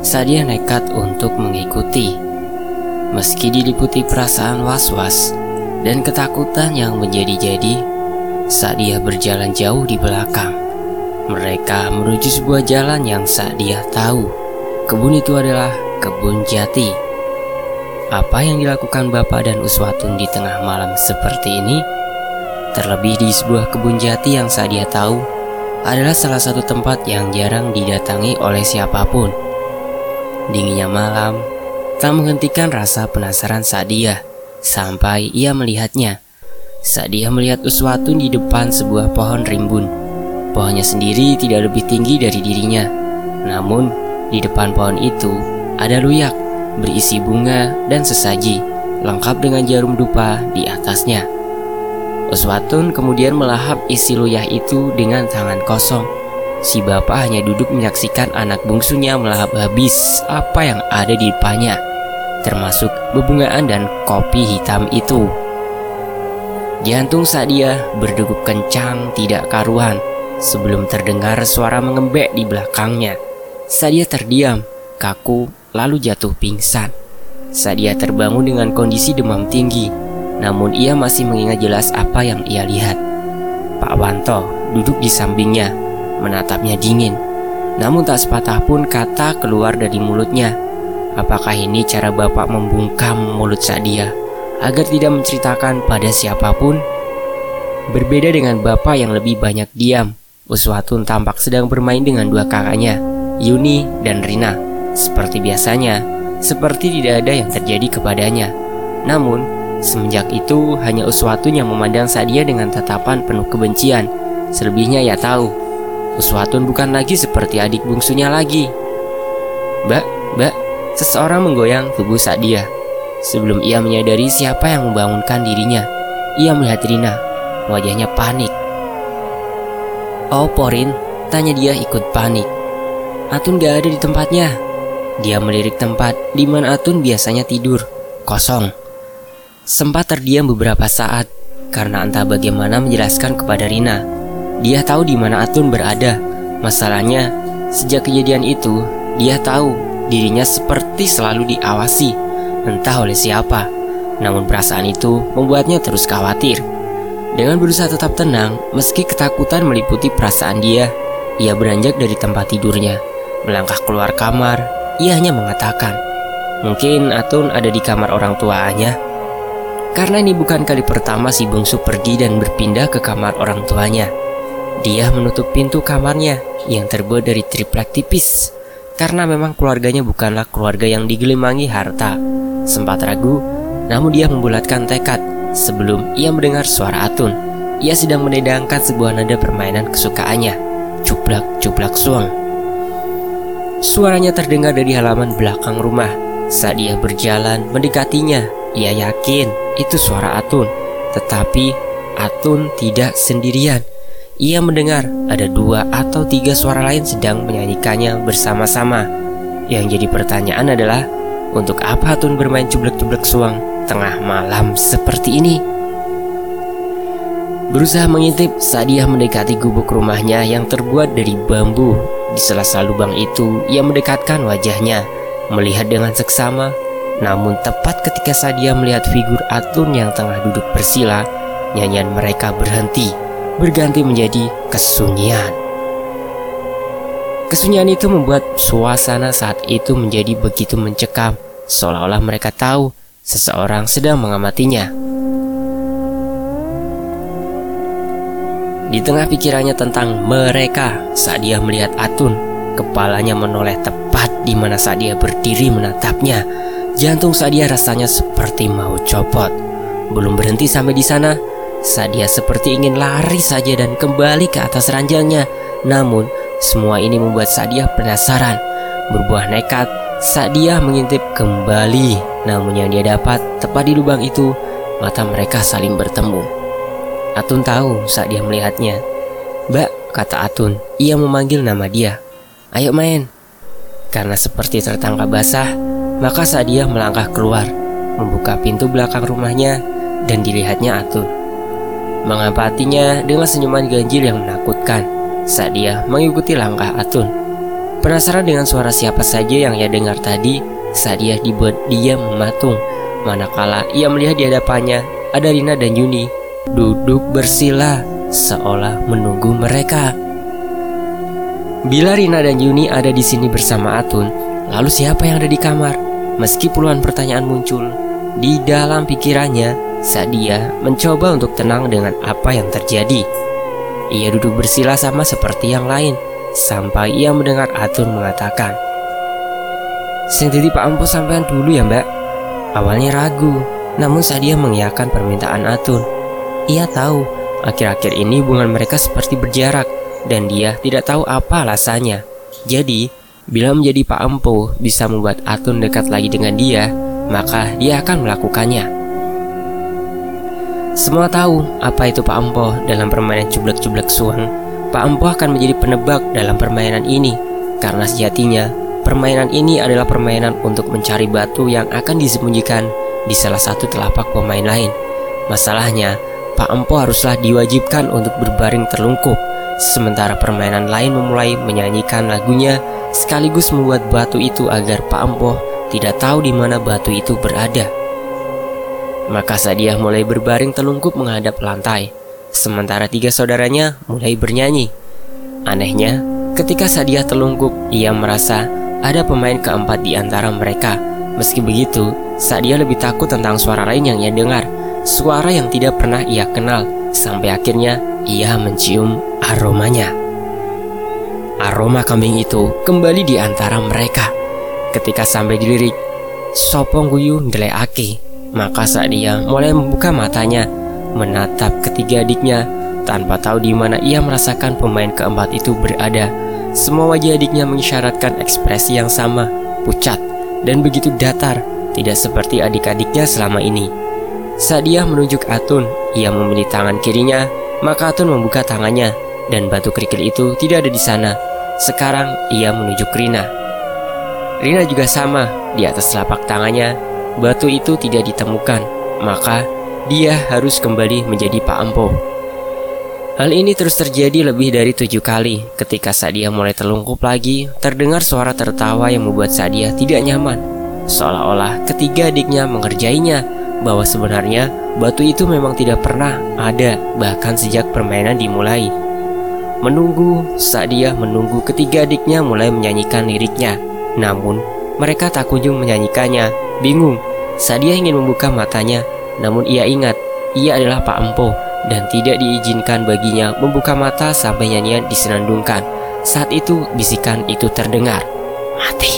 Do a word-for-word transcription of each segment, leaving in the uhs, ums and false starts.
Sadia nekat untuk mengikuti. Meski diliputi perasaan was-was dan ketakutan yang menjadi-jadi, Sadia berjalan jauh di belakang. Mereka menuju sebuah jalan yang Sadia tahu kebun itu adalah kebun jati. Apa yang dilakukan Bapak dan Uswatun di tengah malam seperti ini? Terlebih di sebuah kebun jati yang Sadia tahu adalah salah satu tempat yang jarang didatangi oleh siapapun. Dinginnya malam tak menghentikan rasa penasaran Sadia sampai ia melihatnya. Sadia melihat Uswatun di depan sebuah pohon rimbun. Pohonnya sendiri tidak lebih tinggi dari dirinya. Namun di depan pohon itu ada luyak berisi bunga dan sesaji, lengkap dengan jarum dupa di atasnya. Uswatun kemudian melahap isi luyah itu dengan tangan kosong. Si bapak hanya duduk menyaksikan anak bungsunya melahap habis apa yang ada di depannya, termasuk bebungaan dan kopi hitam itu. Jantung Sadia berdegup kencang tidak karuan sebelum terdengar suara mengembek di belakangnya. Sadia terdiam, kaku, lalu jatuh pingsan. Sadia terbangun dengan kondisi demam tinggi, namun ia masih mengingat jelas apa yang ia lihat. Pak Wanto duduk di sampingnya, menatapnya dingin. Namun tak sepatah pun kata keluar dari mulutnya. Apakah ini cara Bapak membungkam mulut Sadia agar tidak menceritakan pada siapapun? Berbeda dengan Bapak yang lebih banyak diam, Uswatun tampak sedang bermain dengan dua kakaknya, Yuni dan Rina. Seperti biasanya, seperti tidak ada yang terjadi kepadanya. Namun, semenjak itu hanya Uswatun yang memandang Sadia dengan tatapan penuh kebencian. Selebihnya ia tahu, Uswatun bukan lagi seperti adik bungsunya lagi. Mbak, mbak, seseorang menggoyang tubuh Sadia. Sebelum ia menyadari siapa yang membangunkan dirinya, ia melihat Rina. Wajahnya panik. Oh, Porin, tanya dia ikut panik. Atun gak ada di tempatnya. Dia melirik tempat di mana Atun biasanya tidur, kosong. Sempat terdiam beberapa saat karena entah bagaimana menjelaskan kepada Rina. Dia tahu di mana Atun berada. Masalahnya, sejak kejadian itu, dia tahu dirinya seperti selalu diawasi, entah oleh siapa. Namun perasaan itu membuatnya terus khawatir. Dengan berusaha tetap tenang, meski ketakutan meliputi perasaan dia, ia beranjak dari tempat tidurnya, melangkah keluar kamar. Ia hanya mengatakan, mungkin Atun ada di kamar orang tuanya. Karena ini bukan kali pertama si bungsu pergi dan berpindah ke kamar orang tuanya. Dia menutup pintu kamarnya yang terbuat dari triplek tipis, karena memang keluarganya bukanlah keluarga yang digelimangi harta. Sempat ragu, namun dia membulatkan tekad sebelum ia mendengar suara Atun. Ia sedang menedangkan sebuah nada permainan kesukaannya, cuplak-cuplak suang. Suaranya terdengar dari halaman belakang rumah. Saat dia berjalan mendekatinya, ia yakin itu suara Atun. Tetapi Atun tidak sendirian. Ia mendengar ada dua atau tiga suara lain sedang menyanyikannya bersama-sama. Yang jadi pertanyaan adalah, untuk apa Atun bermain cublek-cublek suang tengah malam seperti ini? Berusaha mengintip, Sadia mendekati gubuk rumahnya yang terbuat dari bambu. Di sela-sela lubang itu, ia mendekatkan wajahnya, melihat dengan seksama. Namun tepat ketika Sadia melihat figur Atun yang tengah duduk bersila, nyanyian mereka berhenti, berganti menjadi kesunyian. Kesunyian itu membuat suasana saat itu menjadi begitu mencekam, seolah-olah mereka tahu seseorang sedang mengamatinya. Di tengah pikirannya tentang mereka, Sadia melihat Atun. Kepalanya menoleh tepat di mana Sadia berdiri menatapnya. Jantung Sadia rasanya seperti mau copot. Belum berhenti sampai di sana, Sadia seperti ingin lari saja dan kembali ke atas ranjangnya. Namun semua ini membuat Sadia penasaran. Berbuah nekat, Sadia mengintip kembali. Namun yang dia dapat tepat di lubang itu, mata mereka saling bertemu. Atun tahu saat dia melihatnya. "Mbak," kata Atun. Ia memanggil nama dia. "Ayo main." Karena seperti tertangkap basah, maka Sadia melangkah keluar, membuka pintu belakang rumahnya, dan dilihatnya Atun. Mengamatinya dengan senyuman ganjil yang menakutkan. Sadia mengikuti langkah Atun. Penasaran dengan suara siapa saja yang ia dengar tadi, Sadiah dibuat diam mematung. Manakala ia melihat di hadapannya ada Rina dan Yuni duduk bersila seolah menunggu mereka. Bila Rina dan Yuni ada di sini bersama Atun, lalu siapa yang ada di kamar? Meski puluhan pertanyaan muncul di dalam pikirannya, Sadiah mencoba untuk tenang dengan apa yang terjadi. Ia duduk bersila sama seperti yang lain sampai ia mendengar Atun mengatakan, "Sing dadi Pak Empu sampean dulu ya, Mbak." Awalnya ragu, namun Sadiah mengiyakan permintaan Atun. Ia tahu akhir-akhir ini hubungan mereka seperti berjarak dan dia tidak tahu apa alasannya. Jadi, bila menjadi Pak Empu bisa membuat Atun dekat lagi dengan dia, maka dia akan melakukannya. Semua tahu apa itu Pak Empu dalam permainan cublek-cublek suang. Pak Empu akan menjadi penebak dalam permainan ini, karena sejatinya permainan ini adalah permainan untuk mencari batu yang akan disembunyikan di salah satu telapak pemain lain. Masalahnya, Pak Empu haruslah diwajibkan untuk berbaring terlungkup, sementara permainan lain memulai menyanyikan lagunya sekaligus membuat batu itu agar Pak Empu tidak tahu di mana batu itu berada. Maka Sadiah mulai berbaring telungkup menghadap lantai, sementara tiga saudaranya mulai bernyanyi. Anehnya, ketika Sadiah telungkup, ia merasa ada pemain keempat di antara mereka. Meski begitu, Sadiah lebih takut tentang suara lain yang ia dengar, suara yang tidak pernah ia kenal, sampai akhirnya ia mencium aromanya. Aroma kambing itu kembali di antara mereka. Ketika sampai dilirik, sopong guyu ndelekake, maka Sadiah mulai membuka matanya, menatap ketiga adiknya tanpa tahu di mana ia merasakan pemain keempat itu berada. Semua wajah adiknya mengisyaratkan ekspresi yang sama, pucat dan begitu datar, tidak seperti adik-adiknya selama ini. Sadiah menunjuk Atun, ia memilih tangan kirinya, maka Atun membuka tangannya dan batu kerikil itu tidak ada di sana. Sekarang ia menunjuk Rina. Rina juga sama, di atas telapak tangannya batu itu tidak ditemukan, maka dia harus kembali menjadi Pak Empu. Hal ini terus terjadi lebih dari tujuh kali. Ketika Sadiah mulai terlungkup lagi, terdengar suara tertawa yang membuat Sadiah tidak nyaman, seolah-olah ketiga adiknya mengerjainya, bahwa sebenarnya batu itu memang tidak pernah ada, bahkan sejak permainan dimulai. Menunggu, Sadiah menunggu ketiga adiknya mulai menyanyikan liriknya, namun mereka tak kunjung menyanyikannya. Bingung, Sadiah ingin membuka matanya, namun ia ingat ia adalah Pak Empu dan tidak diizinkan baginya membuka mata sampai nyanyian disenandungkan. Saat itu bisikan itu terdengar, "Mati."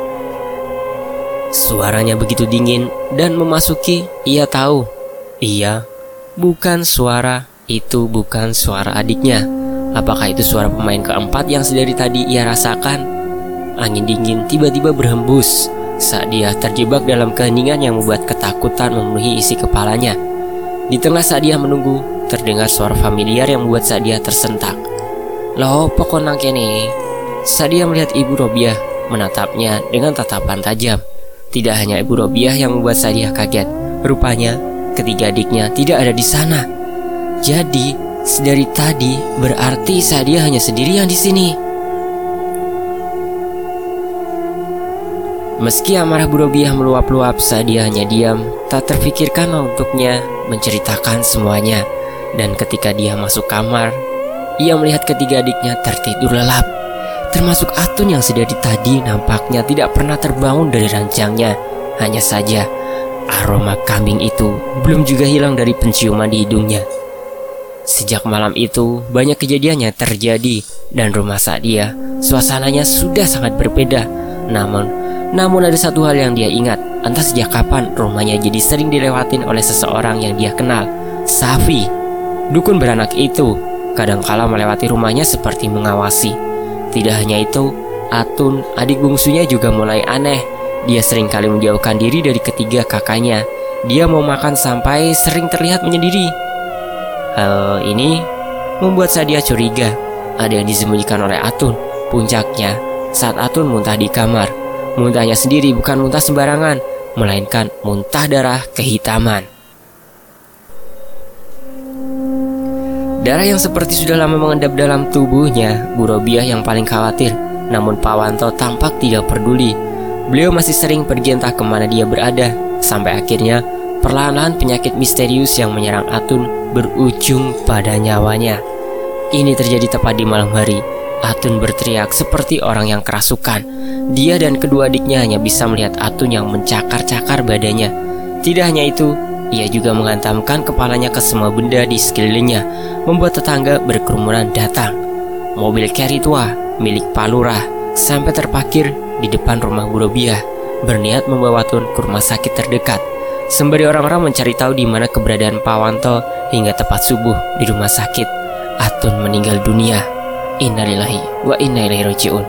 Suaranya begitu dingin dan memasuki. Ia tahu, iya, bukan suara itu, bukan suara adiknya. Apakah itu suara pemain keempat yang sedari tadi ia rasakan? Angin dingin tiba-tiba berhembus saat dia terjebak dalam keheningan yang membuat ketakutan memenuhi isi kepalanya. Di tengah Sadiah menunggu, terdengar suara familiar yang membuat Sadiah tersentak. "Loh, pokok nang kene." Sadiah melihat Ibu Robiah menatapnya dengan tatapan tajam. Tidak hanya Ibu Robiah yang membuat Sadiah kaget, rupanya ketiga adiknya tidak ada di sana. Jadi, sedari tadi berarti Sadiah hanya sendirian di sini. Meski amarah Bu Robiah meluap-luap, Sadiah hanya diam, tak terfikirkan untuknya menceritakan semuanya. Dan ketika dia masuk kamar, ia melihat ketiga adiknya tertidur lelap, termasuk Atun yang sedari tadi nampaknya tidak pernah terbangun dari ranjangnya. Hanya saja aroma kambing itu belum juga hilang dari penciuman di hidungnya. Sejak malam itu banyak kejadian yang terjadi, dan rumah Sadiah suasananya sudah sangat berbeda. Namun Namun ada satu hal yang dia ingat, entah sejak kapan rumahnya jadi sering dilewatin oleh seseorang yang dia kenal, Safi. Dukun beranak itu kadangkala melewati rumahnya seperti mengawasi. Tidak hanya itu, Atun, adik bungsunya juga mulai aneh. Dia sering kali menjauhkan diri dari ketiga kakaknya. Dia mau makan sampai sering terlihat menyendiri. Hal ini membuat Sadiah curiga ada yang disembunyikan oleh Atun. Puncaknya saat Atun muntah di kamar. Muntahnya sendiri bukan muntah sembarangan, melainkan muntah darah kehitaman. Darah yang seperti sudah lama mengendap dalam tubuhnya. Bu Robiah yang paling khawatir Namun Pak Wanto tampak tidak peduli. Beliau masih sering pergi entah kemana dia berada, sampai akhirnya perlahan-lahan penyakit misterius yang menyerang Atun berujung pada nyawanya. Ini terjadi tepat di malam hari. Atun berteriak seperti orang yang kerasukan. Dia dan kedua adiknya hanya bisa melihat Atun yang mencakar-cakar badannya. Tidak hanya itu, ia juga menghantamkan kepalanya ke semua benda di sekelilingnya, membuat tetangga berkerumunan datang. Mobil carry tua milik Pak Lurah sampai terparkir di depan rumah Bu Robiah, berniat membawa Atun ke rumah sakit terdekat. Sembari orang-orang mencari tahu di mana keberadaan Pak Wanto, hingga tepat subuh di rumah sakit, Atun meninggal dunia. Innalillahi wa inna ilaihi raji'un.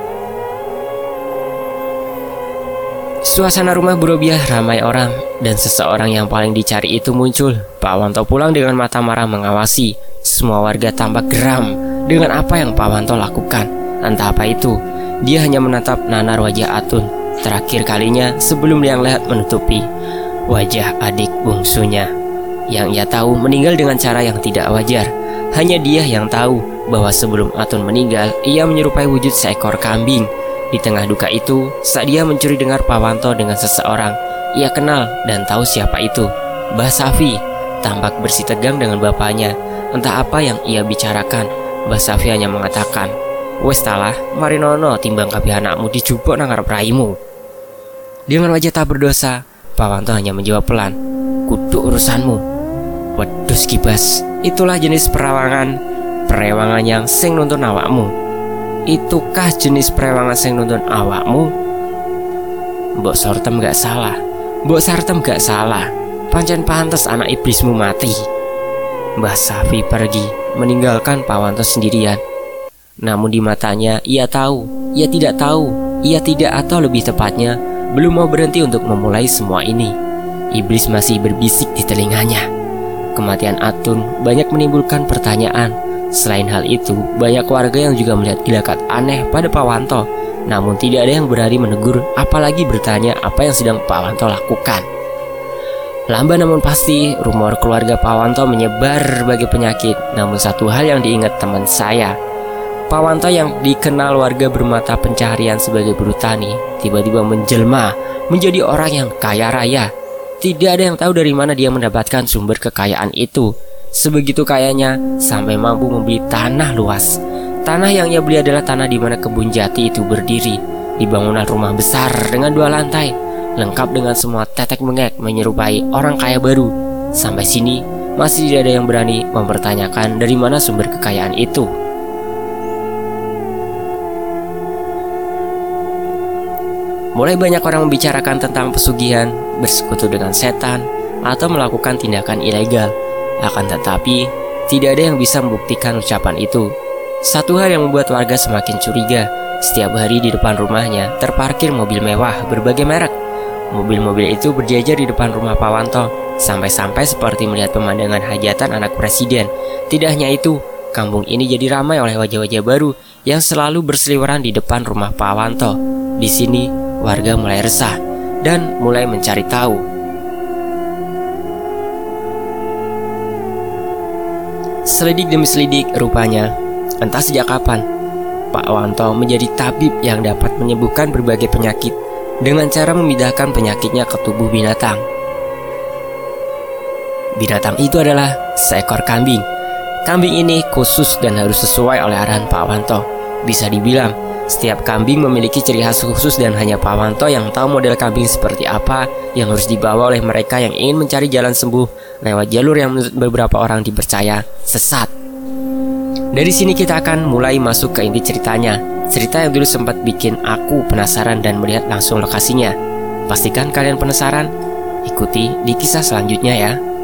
Suasana rumah Bu Robiah ramai orang, dan seseorang yang paling dicari itu muncul. Pak Wanto pulang dengan mata marah mengawasi. Semua warga tampak geram dengan apa yang Pak Wanto lakukan. Entah apa itu, dia hanya menatap nanar wajah Atun. Terakhir kalinya sebelum liang lahat menutupi wajah adik bungsunya, yang ia tahu meninggal dengan cara yang tidak wajar. Hanya dia yang tahu bahwa sebelum Atun meninggal, ia menyerupai wujud seekor kambing. Di tengah duka itu, saat dia mencuri dengar Pak Wanto dengan seseorang ia kenal dan tahu siapa itu, Mbah Safi. Tampak bersih tegang dengan bapaknya. Entah apa yang ia bicarakan, Mbah Safi hanya mengatakan, "Wes talah, mari nono timbang kabeh anakmu dijupuk nang ngarep raimu." Dengan wajah tak berdosa, Pak Wanto hanya menjawab pelan, "Kudu urusanmu." Wedus kibas, itulah jenis perawangan Perewangan yang sing nuntun awakmu. Itukah jenis perewangan sing nuntun awakmu? Mbok Sortem gak salah. Mbok Sartem gak salah. Pancen pantes anak iblismu mati. Mbah Safi pergi, meninggalkan Pak Wanto sendirian. Namun di matanya ia tahu, ia tidak tahu, ia tidak, atau lebih tepatnya belum mau berhenti untuk memulai semua ini. Iblis masih berbisik di telinganya. Kematian Atun banyak menimbulkan pertanyaan. Selain hal itu, banyak warga yang juga melihat gelagat aneh pada Pak Wanto. Namun tidak ada yang berani menegur, apalagi bertanya apa yang sedang Pak Wanto lakukan. Lamban namun pasti, rumor keluarga Pak Wanto menyebar berbagai penyakit. Namun satu hal yang diingat teman saya, Pak Wanto yang dikenal warga bermata pencaharian sebagai buruh tani, tiba-tiba menjelma menjadi orang yang kaya raya. Tidak ada yang tahu dari mana dia mendapatkan sumber kekayaan itu. Sebegitu kayanya sampai mampu membeli tanah luas. Tanah yang ia beli adalah tanah di mana kebun jati itu berdiri, di bangunan rumah besar dengan dua lantai, lengkap dengan semua tetek mengek menyerupai orang kaya baru. Sampai sini masih tidak ada yang berani mempertanyakan dari mana sumber kekayaan itu. Mulai banyak orang membicarakan tentang pesugihan, bersekutu dengan setan, atau melakukan tindakan ilegal. Akan tetapi, tidak ada yang bisa membuktikan ucapan itu. Satu hal yang membuat warga semakin curiga, setiap hari di depan rumahnya terparkir mobil mewah berbagai merek. Mobil-mobil itu berjajar di depan rumah Pak Wanto, sampai-sampai seperti melihat pemandangan hajatan anak presiden. Tidak hanya itu, kampung ini jadi ramai oleh wajah-wajah baru yang selalu berseliweran di depan rumah Pak Wanto. Di sini, warga mulai resah dan mulai mencari tahu. Selidik demi selidik, rupanya entah sejak kapan Pak Wanto menjadi tabib yang dapat menyembuhkan berbagai penyakit dengan cara memindahkan penyakitnya ke tubuh binatang. Binatang itu adalah seekor kambing. Kambing ini khusus dan harus sesuai oleh arahan Pak Wanto. Bisa dibilang, setiap kambing memiliki ciri khas khusus dan hanya Pak Wanto yang tahu model kambing seperti apa yang harus dibawa oleh mereka yang ingin mencari jalan sembuh lewat jalur yang menurut beberapa orang dipercaya sesat. Dari sini kita akan mulai masuk ke inti ceritanya. Cerita yang dulu sempat bikin aku penasaran dan melihat langsung lokasinya. Pastikan kalian penasaran? Ikuti di kisah selanjutnya ya.